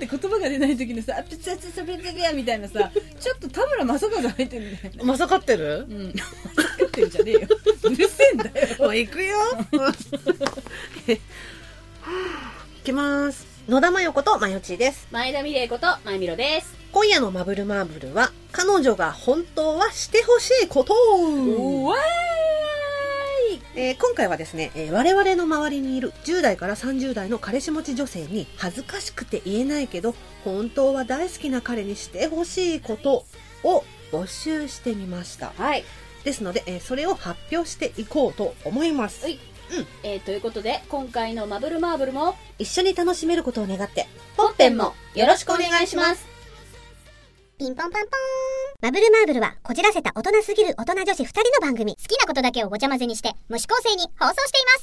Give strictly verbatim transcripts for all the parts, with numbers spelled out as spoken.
って言葉が出ない時のさ、ピツピツピツピツみたいなさ、ちょっと田村正和入ってるみたいな。 まさかってる？ うん。まさかってるじゃねえよ。うるせえんだよ。 もう行くよ。いきます。野田真代子とまよちです。 前田美玲子とまゆみろです。 今夜のマブルマーブルは、彼女が本当はしてほしいこと。 おわーい、 えー、今回はですね、えー、我々の周りにいるじゅう代からさんじゅう代の彼氏持ち女性に恥ずかしくて言えないけど本当は大好きな彼にしてほしいことを募集してみました。 はい。 ですので、えー、それを発表していこうと思います。 はい。うん、えー、ということで今回のマブルマーブルも一緒に楽しめることを願って本編もよろしくお願いします。 ピンポンパンポーン。マブルマーブルはこじらせた大人すぎる大人女子ふたりの番組。好きなことだけをごちゃ混ぜにして無視構成に放送しています。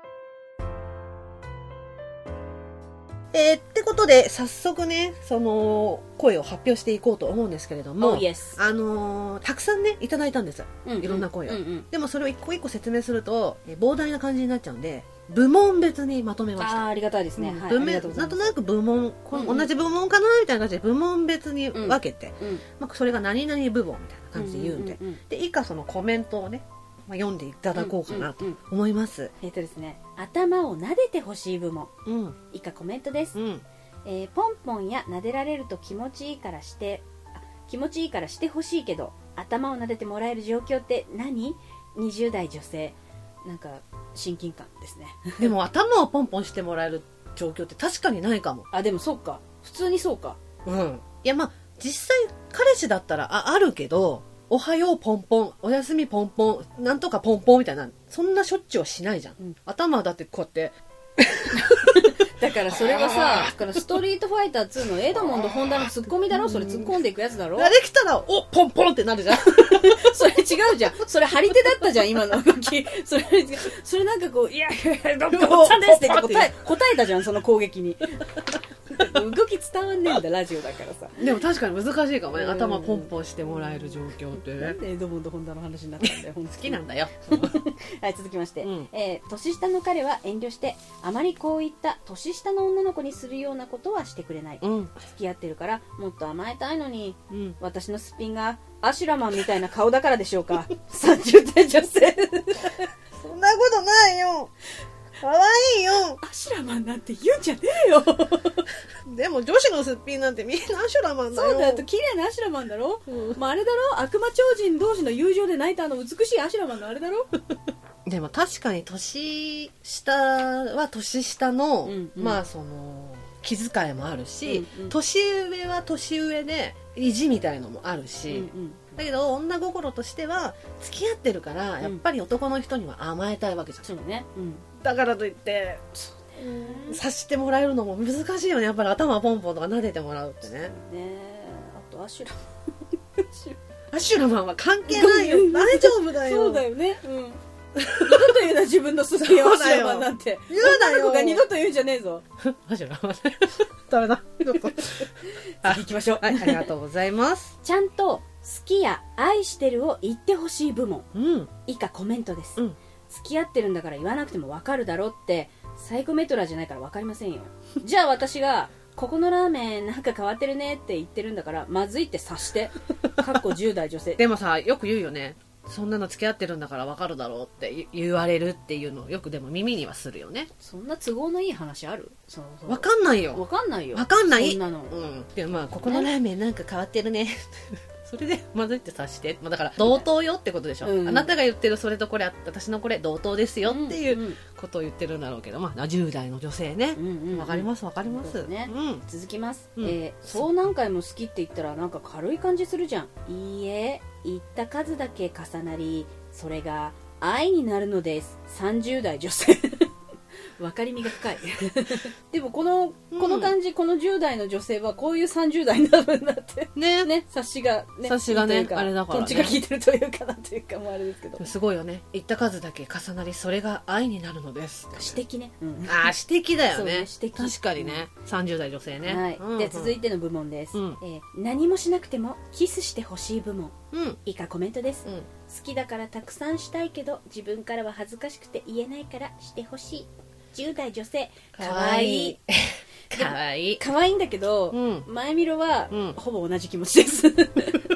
えー、ってことで早速ねその声を発表していこうと思うんですけれども、 oh, yes. あのー、たくさんねいただいたんです、うんうん、いろんな声を、うんうん、でもそれを一個一個説明すると、えー、膨大な感じになっちゃうんで部門別にまとめました。 あー、ありがたいですね、うん、はい、 文面なんとなく部門この同じ部門かなみたいな感じで部門別に分けて、うんうん、まあ、それが何々部門みたいな感じで言うんで、うんうんうん、で以下そのコメントをね、まあ、読んでいただこうかなと思います、うんうんうん、 えっとですね、頭を撫でてほしい部門、うん、以下コメントです、うん、えー、ポンポンや撫でられると気持ちいいからしてあ気持ちいいからしてほしいけど頭を撫でてもらえる状況って何？にじゅう代女性、なんか親近感ですね。 でも頭をポンポンしてもらえる状況って確かにないかも。 あ、でもそうか、普通にそうか。 うん。いやまあ実際彼氏だったら あ, あるけどおはようポンポンおやすみポンポンなんとかポンポンみたいなそんなしょっちゅうはしないじゃん、うん、頭だってこうやってだからそれはさ、だからストリートファイターツーのエドモンド・ホンダのツッコミだろ、それ突っ込んでいくやつだろ。 あれ来たらおポンポンってなるじゃん。 それ違うじゃん、それ張り手だったじゃん今の動き。それそれなんかこういやいやどっかおっちゃんですって答え答えたじゃんその攻撃に。動き伝わんねえんだラジオだからさ。 でも確かに難しいかもね、頭ポンポンしてもらえる状況ってね。 なんでエドモンド・ホンダの話になったんだよ。好きなんだよ。 はい、続きまして、うん、えー、年下の彼は遠慮してあまりこういった年下の女の子にするようなことはしてくれない、うん、付き合ってるからもっと甘えたいのに、うん、私のすっぴんがアシュラマンみたいな顔だからでしょうか。さんじゅう代女性。 そんなことないよ、かわいいよ。 アシュラマンなんて言うんじゃねえよ。 でも女子のすっぴんなんてみんなアシュラマンだよ。 そうだよ、綺麗なアシュラマンだろ、うん、まあ、あれだろ、悪魔超人同士の友情で泣いたあの美しいアシュラマンのあれだろ。 でも確かに年下は年下の、うんうん、まあその気遣いもあるし、うんうん、年上は年上で意地みたいのもあるし、うんうん、だけど女心としては付き合ってるからやっぱり男の人には甘えたいわけじゃん、 そうね、うん、 だからといって察してもらえるのも難しいよね。やっぱり頭ポンポンとか撫でてもらうってね。ね、 あとアシュラマンアシュラマンは関係ないよ。大丈夫だよ。 そうだよね、うん。二度と言うな自分のすっぴんをアシュラマンなんて。 言うなよ。 女の子が二度と言うんじゃねえぞ。 アシュラマンダメだ。 次行きましょう。 はい、ありがとうございます。 ちゃんと好きや愛してるを言ってほしい部門、うん、以下コメントです、うん、付き合ってるんだから言わなくても分かるだろってサイコメトラじゃないから分かりませんよ。じゃあ私がここのラーメンなんか変わってるねって言ってるんだからまずいって察して。かっこじゅう代女性。 でもさよく言うよね、そんなの付き合ってるんだから分かるだろうって言われるっていうのをよくでも耳にはするよね。 そんな都合のいい話ある？そうそう、 分かんないよ。 分かんないよ。 分かんない。 そんなの。 うん。でもまあここのラーメンなんか変わってるね。それでまずいって察して、まあ、だから同等よってことでしょ、うん、あなたが言ってるそれとこれ私のこれ同等ですよっていうことを言ってるんだろうけど、まあ、じゅう代の女性ね、うんうんうん、分かります分かります、 ね、 うん、 続きます、うん、えー、そう何回も好きって言ったらなんか軽い感じするじゃん。いいえ、言った数だけ重なりそれが愛になるのです。さんじゅう代女性。分かりみが深い。でもこのこの感じ、うん、このじゅう代の女性はこういうさんじゅう代になるんだってね。ね、察しがね、 察しがね、あれだからね、 トンチが効いてるというかなんというかもあれですけど、 すごいよね。言った数だけ重なりそれが愛になるのです。 指摘ね、うん、 ああ指摘だよ ね, ね指摘確かにね、うん、さんじゅう代女性ね、 はい、うんうん、で続いての部門です、うん、えー、何もしなくてもキスしてほしい部門、うん、以下コメントです、うん、好きだからたくさんしたいけど自分からは恥ずかしくて言えないからしてほしい。じゅう代女性、かわいいかわいい。 可愛いんだけど、 うん、 前見ろは、 うん、 ほぼ同じ気持ちですい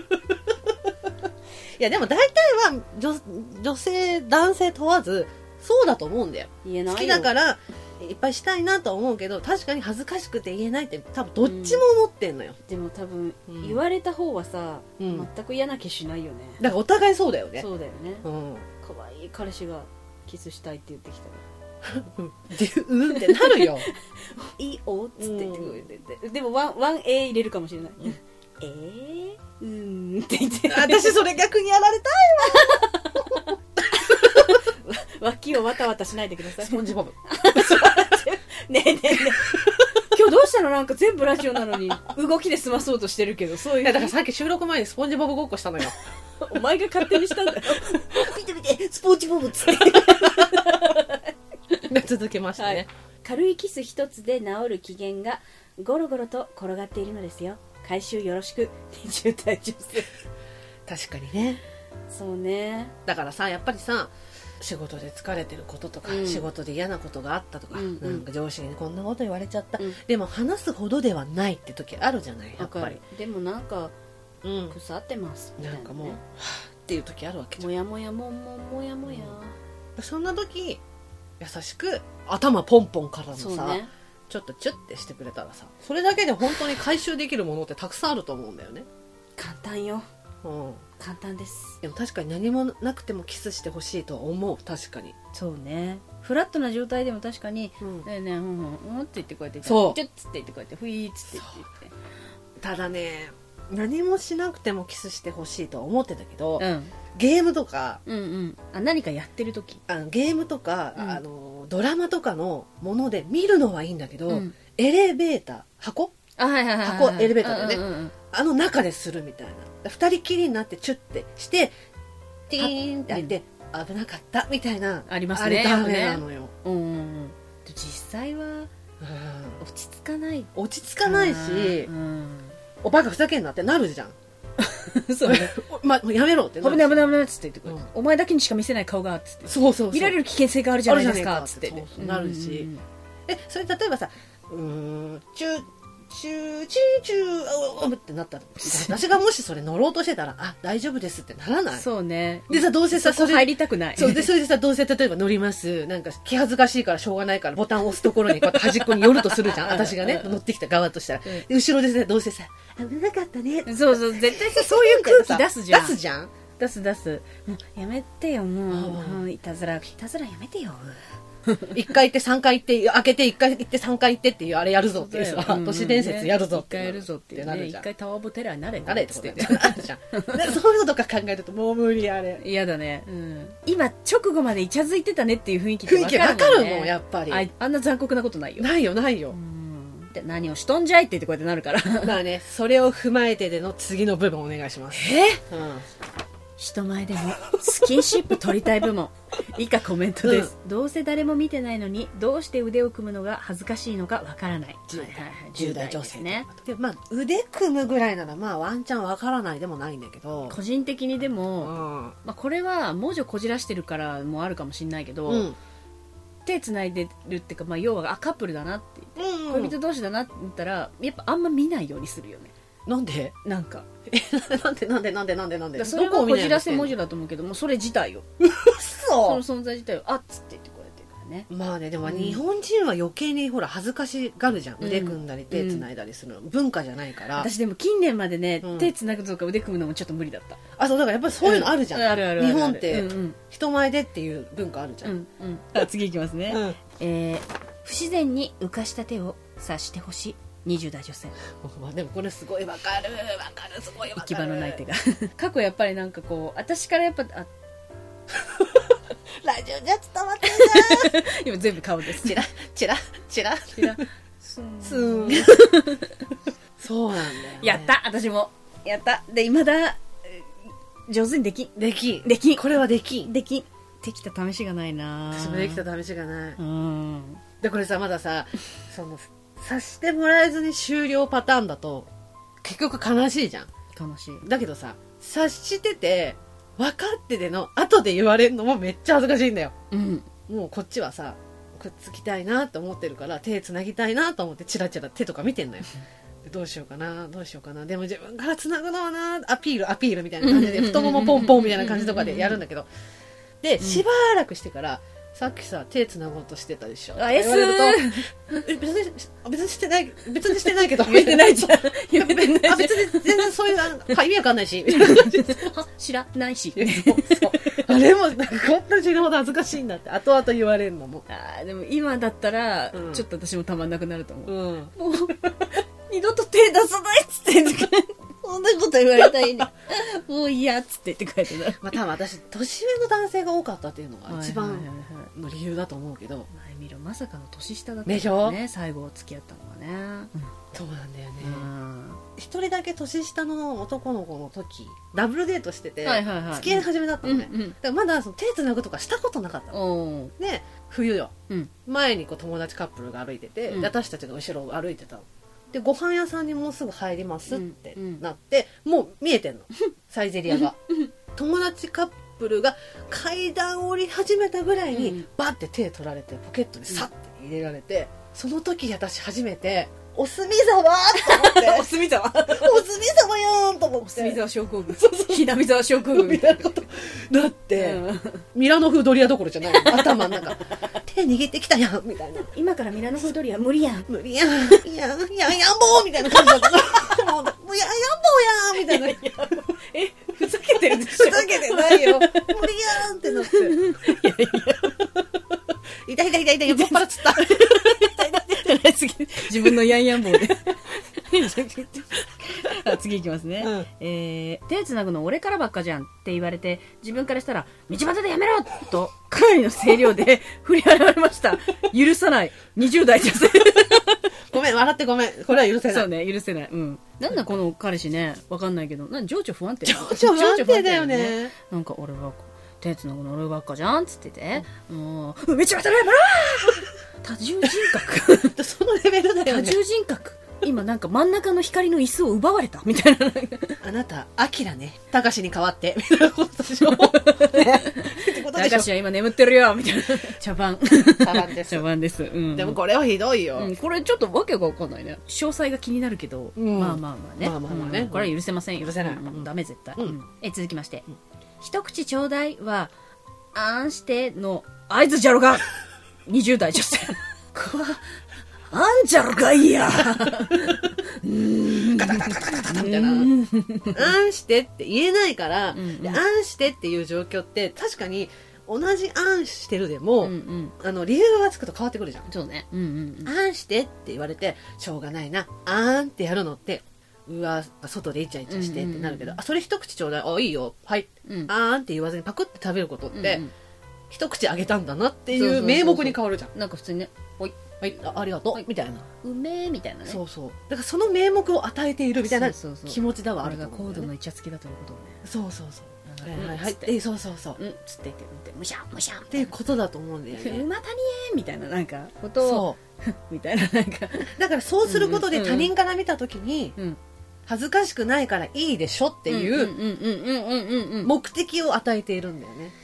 やでも大体は 女, 女性男性問わずそうだと思うんだよ。 言えないよ。 好きだからいっぱいしたいなとは思うけど、確かに恥ずかしくて言えないって多分どっちも思ってんのよ、 うん、でも多分、 うん、 言われた方はさ、 うん、 全く嫌な気しないよね。 だからお互いそうだよね。 そうだよね、 うん、 可愛い彼氏がキスしたいって言ってきたらでうんってなるよいいおっつって言ってくれて、うん、でもワン、ワン A 入れるかもしれない、うん、えーうーんって言って私それ逆にやられたいわ脇をわたわたしないでください。 スポンジボブねえねえねえ今日どうしたの？なんか全部ラジオなのに動きで済まそうとしてるけど、そういう。いやだからさっき収録前にスポンジボブごっこしたのよお前が勝手にしたんだよ見て見てスポンジボブっつって続けましたね、はい、 軽いキス一つで治る機嫌がゴロゴロと転がっているのですよ。回収よろしくにじゅう代女性確かにね。 そうね。 だからさ、やっぱりさ、仕事で疲れてることとか、うん、仕事で嫌なことがあったとか、うんうん、なんか上司にこんなこと言われちゃった、うん、でも話すほどではないって時あるじゃない、やっぱり。 でもなんか、うん、腐ってますみたいな、ね、 なんかもうはぁっていう時あるわけじゃん。 もやもやもももやもや、 うん、そんな時優しく頭ポンポンからのさ、ね、ちょっとチュッてしてくれたらさ、それだけで本当に回収できるものってたくさんあると思うんだよね。 簡単よ、 うん、 簡単です。 でも確かに何もなくてもキスしてほしいとは思う。確かにそうね。フラットな状態でも確かに、うん、ねえねえうんうんうんって言ってこうやってそうチュッつって言ってこうやってフィーッつって言って。 ただね、何もしなくてもキスしてほしいとは思ってたけど、 うん、 ゲームとか、 うんうん、あ何かやってる時、 あのゲームとか、うん、あのドラマとかのもので見るのはいいんだけど、うん、エレベーター箱、 あ、はいはいはいはい、 箱エレベーターだよね、 うんうんうん、あの中でするみたいな、二人きりになってチュッてしてティーンって開いて、うん、危なかったみたいな、 ありますね。 あれダメなのよ、 ね、うんうんうん、実際は、うん、落ち着かない落ち着かないし、うん、おバカふざけんなってなるじゃんそうねま、やめろってなる。 危ない危ない危ないっつって言ってくる、うん、お前だけにしか見せない顔がっつって、 そうそうそう、 見られる危険性があるじゃないですかっつって、 そうそうなるし、うんうん、えそれ例えばさ、うーんチューチューチューチューおーってなったら、私がもしそれ乗ろうとしてたらあ大丈夫ですってならない？ そうね。 でさ、どうせさ、 そこ入りたくない。 そうで、それでさ、どうせ例えば乗ります、なんか気恥ずかしいからしょうがないからボタンを押すところにこうやって端っこに寄るとするじゃん私がね乗ってきた側としたら、で後ろでさ、どうせさ危なかったね、 そうそう、絶対さそういう空気出すじゃん出すじゃん出す出す。もうやめてよ、もう、もういたずらいたずらやめてよいっかい行ってさんかい行って開けていっかい行ってさんかい行ってっていうあれやるぞっていうさ、都市伝説やるぞっていっかいやるぞっていうね、いっかいタワーボテラーになれなれって言ってなるじゃんそういうのとか考えるともう無理、あれ嫌だね、うん、今直後までイチャついてたねっていう雰囲気って分かるもんね。雰囲気分かるもん、やっぱりあ, あんな残酷なことないよないよないよ、 うん、で何をしとんじゃいって言ってこうやってなるからまあね、それを踏まえてでの次の部分お願いします。 え、 うん、 人前でもスキンシップ取りたい部門以下コメントです、うん、どうせ誰も見てないのにどうして腕を組むのが恥ずかしいのかわからないじゅう代女性ね。で、まあ、腕組むぐらいならまあワンチャンわからないでもないんだけど、 個人的にでも、うん、まあ、これは文字をこじらしてるからもあるかもしれないけど、うん、手つないでるっていうか、まあ、要はあカップルだなって言って、うんうん、恋人同士だなって言ったらやっぱあんま見ないようにするよね。 なんでなんかなんでなんでなんでなんでなんでそれはこじらせ文字だと思うけども、それ自体よその存在自体をあっつって言ってこうやってるからね。 まあね、でも日本人は余計にほら恥ずかしがるじゃん、うん、腕組んだり手つないだりするの、うん、文化じゃないから。 私でも近年までね、うん、手つなぐとか腕組むのもちょっと無理だった。 あ、そうだからやっぱりそういうのあるじゃん、うん、 あるあるある。 日本って人前でっていう文化あるじゃん、 うんうん、あ次いきますね、うん、えー、不自然に浮かした手を察してほしいにじゅう代女性。 でもこれすごいわかるわかる、すごいわかる。 行き場のない手が過去やっぱりなんかこう私からやっぱあラジオじゃ伝わってるな今全部顔です。 チラチラチラチラスーンスーンそうなんだよ、ね、 やった私もやったで未だ上手にできんできんできんこれはできんできんできた試しがないな。 私もできた試しがない、 うん、 でこれさまださその察してもらえずに終了パターンだと結局悲しいじゃん。 悲しい。 だけどさ、察してて分かってての後で言われるのもめっちゃ恥ずかしいんだよ、うん、もうこっちはさくっつきたいなと思ってるから手つなぎたいなと思ってチラチラ手とか見てんのよ。どうしようかなどうしようかな、でも自分からつなぐのはな、アピールアピールみたいな感じで太ももポンポンみたいな感じとかでやるんだけど、でしばらくしてからさっきさ手つなごうとしてたでしょあ、 って言われると、 ええ別に別にしてない別にしてないけど言えてないじゃん言えてないじゃんあ別に全然そういうあの意味わかんないしみたいな感じでは知らないしそうそうあれもなんかこんな死ぬほど恥ずかしいんだって後々言われるのも、 あーでも今だったら、 うんちょっと私もたまんなくなると思う、 うん、 もう二度と手出さないっつってそんなこと言われたいねもう嫌っつってって書いてたまあ多分私年上の男性が多かったっていうのが一番はいはいはいはいの理由だと思うけど、 前見ろまさかの年下だったでしょね最後付き合ったのはね、 そうなんだよねうん一人だけ年下の男の子の時ダブルデートしてて、 はいはいはい付き合い始めだったのね、 うんうんだからまだその手つなぐとかしたことなかったのおーで冬ようん前にこう友達カップルが歩いてて、 うんで私たちが後ろを歩いてたのでご飯屋さんにもうすぐ入りますってうんうんなって、もう見えてんのサイゼリアが友達カップルが階段降り始めたぐらいに、 うんバッて手取られてポケットにサッて入れられて、その時私初めてお墨沢と思ってお墨沢お墨沢やんと思ってお墨沢症候群ひなみ沢症候群みたいなことだって、 うんミラノ風ドリアどころじゃないの頭の中手握ってきたやんみたいな今からミラノ風ドリア無理やん無理やんいやいややんぼーみたいな感じだったからもういややんぼーやんみたいなえふざけてるでしょふざけてないよ無理やんってなっていやいや痛い痛い痛い痛い横っ腹つった次自分のヤンヤン棒であ次いきますね、 うんえー手つなぐの俺からばっかじゃんって言われて自分からしたら道端でやめろとかなりの声量で振り払われました許さないにじゅう代女性ごめん笑ってごめんこれは許せないそうね許せないうんなんだこの彼氏ねわかんないけどなん情緒不安定情緒不安定だよねなんか俺は手つなぐの俺ばっかじゃんっつってて、もう道端でやめろ多重人格そのレベルだよ多ね重人格今なんか真ん中の光の椅子を奪われたみたいなあなたアキラねたかしに代わってみたいなことでしょ、ね、ってことでしょ高橋は今眠ってるよみたいな茶番茶番です茶番です、うん、 でもこれはひどいよ、 うん、これちょっとわけがわかんないね詳細が気になるけど、 うんまあまあまあねまあまあまあねうんこれは許せませんよ許せないうんダメ絶対、 うんうんえ続きまして、一口ちょうだいはあんしての合図じゃろがにじゅう代女性こわあんじゃろがいやガタガタガタガタガタみたいな、あんしてって言えないから、 うんうんであんしてっていう状況って確かに同じあんしてるでも、 うんうんあの理由がつくと変わってくるじゃん、 そうねうんうんうんあんしてって言われてしょうがないなあんってやるのってうわ外でイチャイチャしてってなるけど、 うんうんうんあそれ一口ちょうだいあいいよはい、 うんあーんって言わずにパクって食べることって、 うんうん一口あげたんだなってそうそうそうそういう名目に変わるじゃんなんか普通にねおいはいあありがとう、 はいみたいなうめえみたいなねそうそうだからその名目を与えているみたいなそうそうそう気持ちだわあるあれが高と思うんだよね度のイチャつきだということをねそうそうそううんはいはいはいつってえそうそうそううんつって言って言ってむしゃむしゃっていうことだと思うんだよねうまたにえみたいななんかことをそみたいななんかうだからそうすることでうんうん他人から見た時にうん恥ずかしくないからいいでしょっていううんうんうんうんうんうんうん目的を与えているんだよね、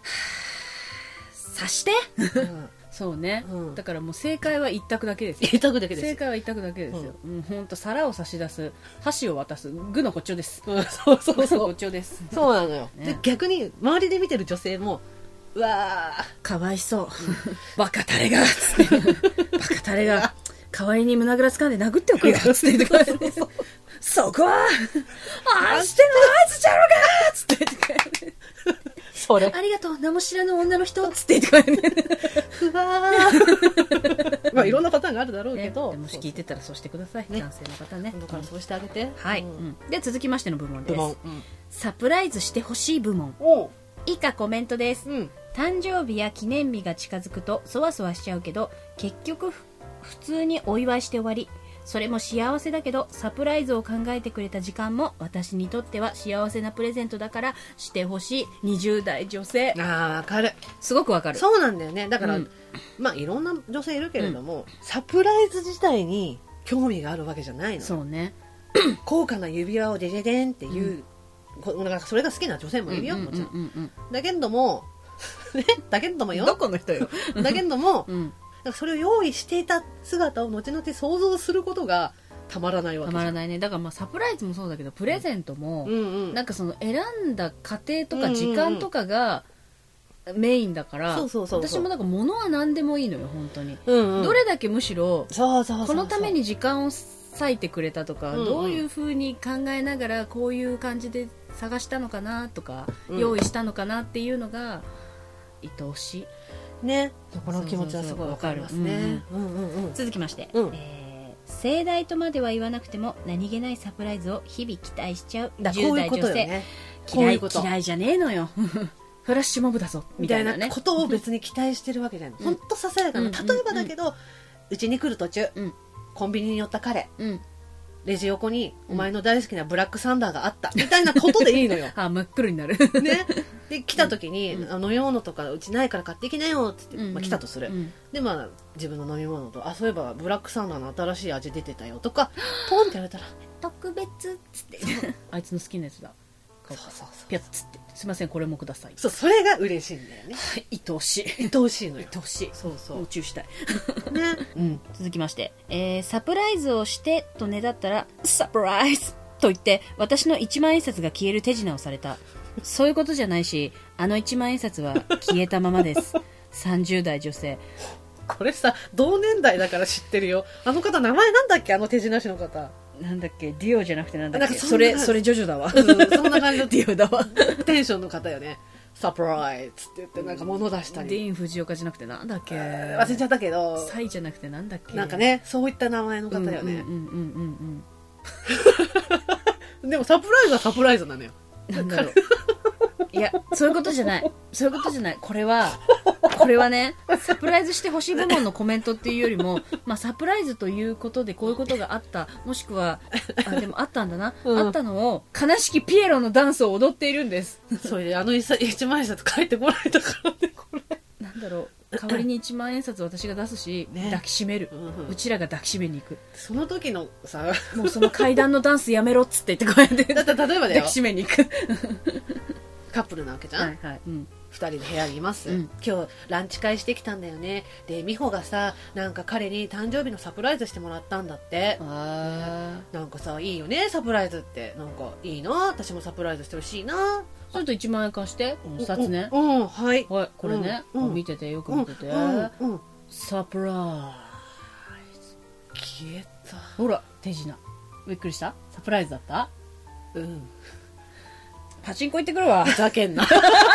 察してうんそうね、 うんだからもう正解は一択だけですよ一択だけです正解は一択だけですよ、うん、ほんと皿を差し出す箸を渡す具のこっちょですうんそうそう具のそうこっちょですそうなのよ、 ねで逆に周りで見てる女性もうわかわいそうバカタレがつってバカタレが代わりに胸ぐらつかんで殴っておくよつって言ってくれてそこはあんしての合図じゃろがつって言ってくれてそれありがとう名も知らぬ女の人つって言ってくれてふわーまあいろんなパターンがあるだろうけね、 ど、 でもし聞いてたらそうしてください、 ね男性の方ね今度からそうしてあげて、 はい、 うんうんで続きましての部門です部門、 サプライズしてほしい部門おう以下コメントですうん誕生日や記念日が近づくとそわそわしちゃうけど結局ふ普通にお祝いして終わりそれも幸せだけどサプライズを考えてくれた時間も私にとっては幸せなプレゼントだからしてほしいにじゅう代女性あーわかるすごくわかるそうなんだよねだから、 うんまあいろんな女性いるけれども、サプライズ自体に興味があるわけじゃないのそうね高価な指輪をデデデンっていう、こなんかそれが好きな女性もいるよ、もちろん、 うんうんうんだけどもねだけどもよどこの人よだけども、 うんからそれを用意していた姿を後々想像することがたまらないわけじゃん。 たまらないね。だからまあサプライズもそうだけど、プレゼントも、 うんうん、 なんかその選んだ過程とか時間とかがメインだから、私もなんか物は何でもいいのよ本当に、うんうん、どれだけむしろそうそうそうそう、 このために時間を割いてくれたとか、うんうん、どういう風に考えながらこういう感じで探したのかなとか、うん、用意したのかなっていうのが愛おしいね。そこの気持ちはすごいわかりますね。 続きまして、 うん、えー盛大とまでは言わなくても何気ないサプライズを日々期待しちゃうじゅう代女性。 ね、嫌い嫌いじゃねえのよフラッシュモブだぞみたいなね、 みたいなことを別に期待してるわけじゃない、うん、ほんとささやかな、例えばだけど、うち、ん、に来る途中、うん、コンビニに寄った彼、うん、レジ横にお前の大好きなブラックサンダーがあったみたいなことでいいのよあ、真っ黒になるね。で来た時に、うん、飲み物とかうちないから買ってきなよって言って、うんまあ、来たとする、うん、でまあ自分の飲み物と、あそういえばブラックサンダーの新しい味出てたよとかポンって言われたら特別っつってあいつの好きなやつだ、 そうそうそうピャッつって、すいませんこれもください。 そう、それが嬉しいんだよね。 愛おしい、 愛おしいのよ。 愛おしい、 そうそう、 夢中したいね、 うん、続きまして、えー、サプライズをしてとねだったらサプライズと言って私のいちまん円札が消える手品をされた。そういうことじゃないし、あのいちまん円札は消えたままですさんじゅう代女性。 これさ同年代だから知ってるよ。あの方名前なんだっけ、あの手品師の方なんだっけ、ディオじゃなくてなんだっけ、それそれジョジョだわ、 うん、そんな感じのディオだわテンションの方よね。サプライズって言ってなんか物出したり、 ディーン・フジオカじゃなくてなんだっけ、 忘れちゃったけど、 サイじゃなくてなんだっけ、 なんかねそういった名前の方よね。うんうんうんうんうんでもサプライズはサプライズなのよ。 なんだろういやそういうことじゃない、そういうことじゃない、これはこれはね、サプライズしてほしい部門のコメントっていうよりも、まあ、サプライズということでこういうことがあった、もしくはあでもあったんだな、うん、あったのを悲しきピエロのダンスを踊っているんです。 それであの一万円札返ってこないだからね、これなんだろう、代わりにいちまん円札私が出すし、ね、抱きしめる、うんうん、うちらが抱きしめに行く。 その時のさ、 もうその階段のダンスやめろっつって言ってこうやってだって例えばだよ、 抱きしめに行くカップルなわけじゃん、はいはい、うん、ふたりで部屋にいます、うん、今日ランチ会してきたんだよね。で美穂がさなんか彼に誕生日のサプライズしてもらったんだって。あなんかさいいよねサプライズって、なんかいいな、私もサプライズしてほしいな。 それといちまん円貸して、このふたつね、 うん、うん、はい、 はい、これね、うん、見ててよく見てて、うんうんうん、サプライズ消えた。 ほら手品、びっくりした。サプライズだった。 うん、 パチンコ行ってくるわ。 ふざけんな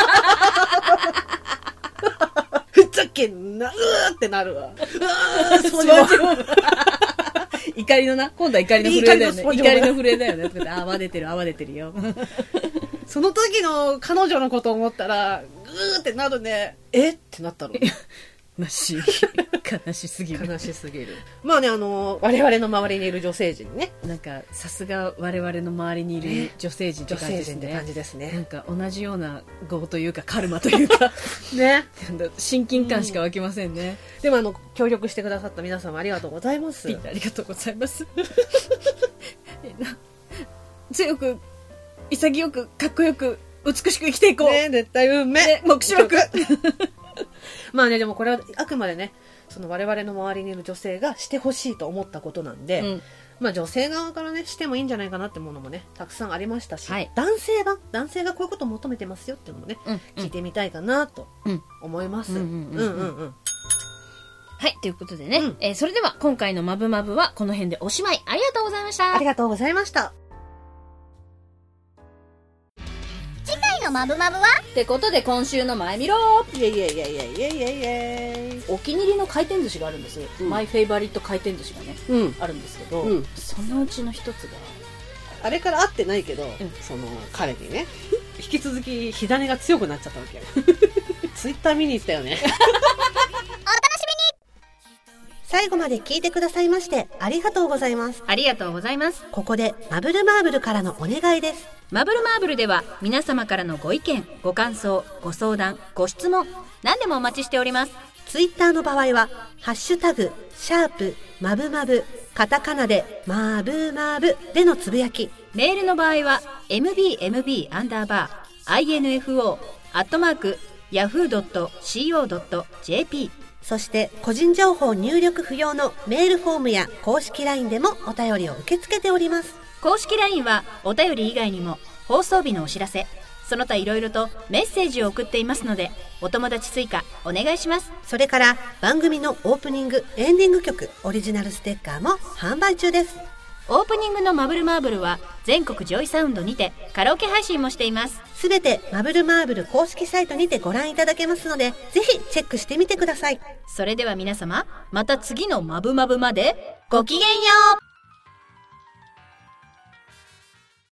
ふざけんな、うーってなるわ。うースポンジボブ怒りのな、今度は怒りの震えだよね。怒りの震えだよね。泡出てる泡出てるよその時の彼女のことを思ったらグーってなるね。えってなったの悲しい悲しすぎる悲しすぎる。まあね、あの我々の周りにいる女性陣ね、 なんかさすが我々の周りにいる女性陣って感じですね。女性陣って感じですね。 なんか同じような業というかカルマというかね親近感しか湧きませんね、 うん、でもあの協力してくださった皆様ありがとうございます。 みんなありがとうございます強く潔くかっこよく美しく生きていこうね。絶対運命、 ね、目視録まあね、でもこれはあくまでねその我々の周りにいる女性がしてほしいと思ったことなんで、うん、まあ女性側からねしてもいいんじゃないかなってものもねたくさんありましたし、はい、男性が男性がこういうことを求めてますよっていうのもね、うん、聞いてみたいかなと思います。はい、 ということでね、うん、えー、それでは今回のマブマブはこの辺でおしまい。ありがとうございました。 ありがとうございました。 次回のマブマブはってことで今週の前見ろーイエイエイエイエイエイエイエイお気に入りの回転寿司があるんです、うん、マイフェイバリット回転寿司がね、うん、あるんですけど、うん、そのうちの一つがあれから会ってないけど、うん、その彼にね引き続き火種が強くなっちゃったわけよツイッター見に行ったよねお楽しみに。 最後まで聞いてくださいましてありがとうございます。 ありがとうございます。 ここでマブルマーブルからのお願いです。 マブルマーブルでは皆様からのご意見ご感想ご相談ご質問何でもお待ちしております。 ツイッターの場合はハッシュタグシャープマブマブカタカナでマブマブでのつぶやき、 メールの場合は エムビーエムビー アンダーバー アイエヌエフオー アットマークヤフー ドット シーオー ドット ジェーピーそして個人情報入力不要のメールフォームや公式 ライン でもお便りを受け付けております。 公式 ライン はお便り以外にも放送日のお知らせ、その他いろいろとメッセージを送っていますので、お友達追加お願いします。 それから番組のオープニングエンディング曲オリジナルステッカーも販売中です。 オープニングのマブルマーブルは全国ジョイサウンドにてカラオケ配信もしています。 すべてマブルマーブル公式サイトにてご覧いただけますので、ぜひチェックしてみてください。 それでは皆様、また次のマブマブまでごきげんよう。